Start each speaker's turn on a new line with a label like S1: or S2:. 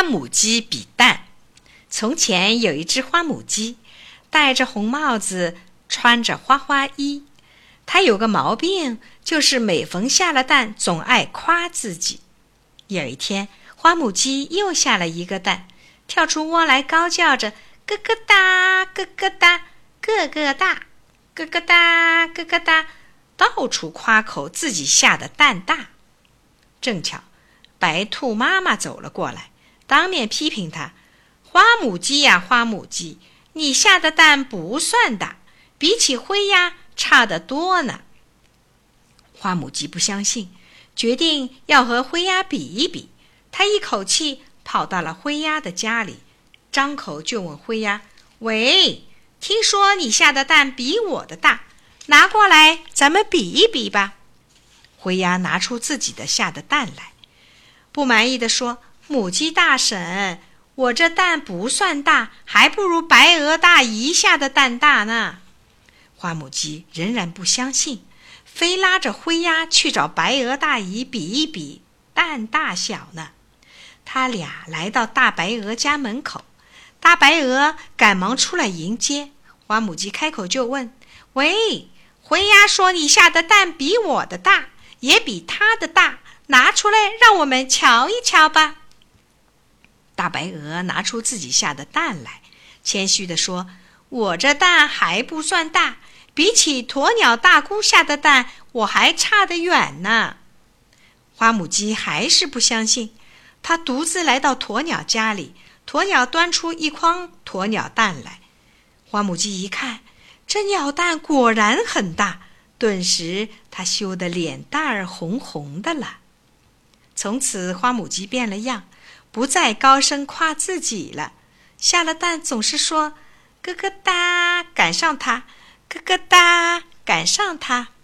S1: 母鸡比蛋。从前有一只花母鸡，戴着红帽子，穿着花花衣。它有个毛病，就是每逢下了蛋，总爱夸自己。有一天，花母鸡又下了一个蛋，跳出窝来，高叫着咯咯哒咯咯哒个个大咯咯哒咯咯哒，到处夸口自己下的蛋大。正巧白兔妈妈走了过来，当面批评他：花母鸡呀花母鸡，你下的蛋不算大，比起灰鸭差得多呢。花母鸡不相信，决定要和灰鸭比一比。他一口气跑到了灰鸭的家里，张口就问灰鸭：喂，听说你下的蛋比我的大，拿过来咱们比一比吧。灰鸭拿出自己的下的蛋来，不满意地说：母鸡大婶，我这蛋不算大，还不如白鹅大姨下的蛋大呢。花母鸡仍然不相信，非拉着灰鸭去找白鹅大姨比一比蛋大小呢。他俩来到大白鹅家门口，大白鹅赶忙出来迎接。花母鸡开口就问：喂，灰鸭说你下的蛋比我的大，也比它的大，拿出来让我们瞧一瞧吧。大白鹅拿出自己下的蛋来，谦虚地说：我这蛋还不算大，比起鸵鸟大姑下的蛋，我还差得远呢。花母鸡还是不相信，他独自来到鸵鸟家里，鸵鸟端出一筐鸵鸟蛋来。花母鸡一看，这鸟蛋果然很大，顿时他羞得脸蛋儿红红的了。从此花母鸡变了样，不再高声夸自己了，下了蛋总是说咯咯哒赶上它，咯咯哒赶上它。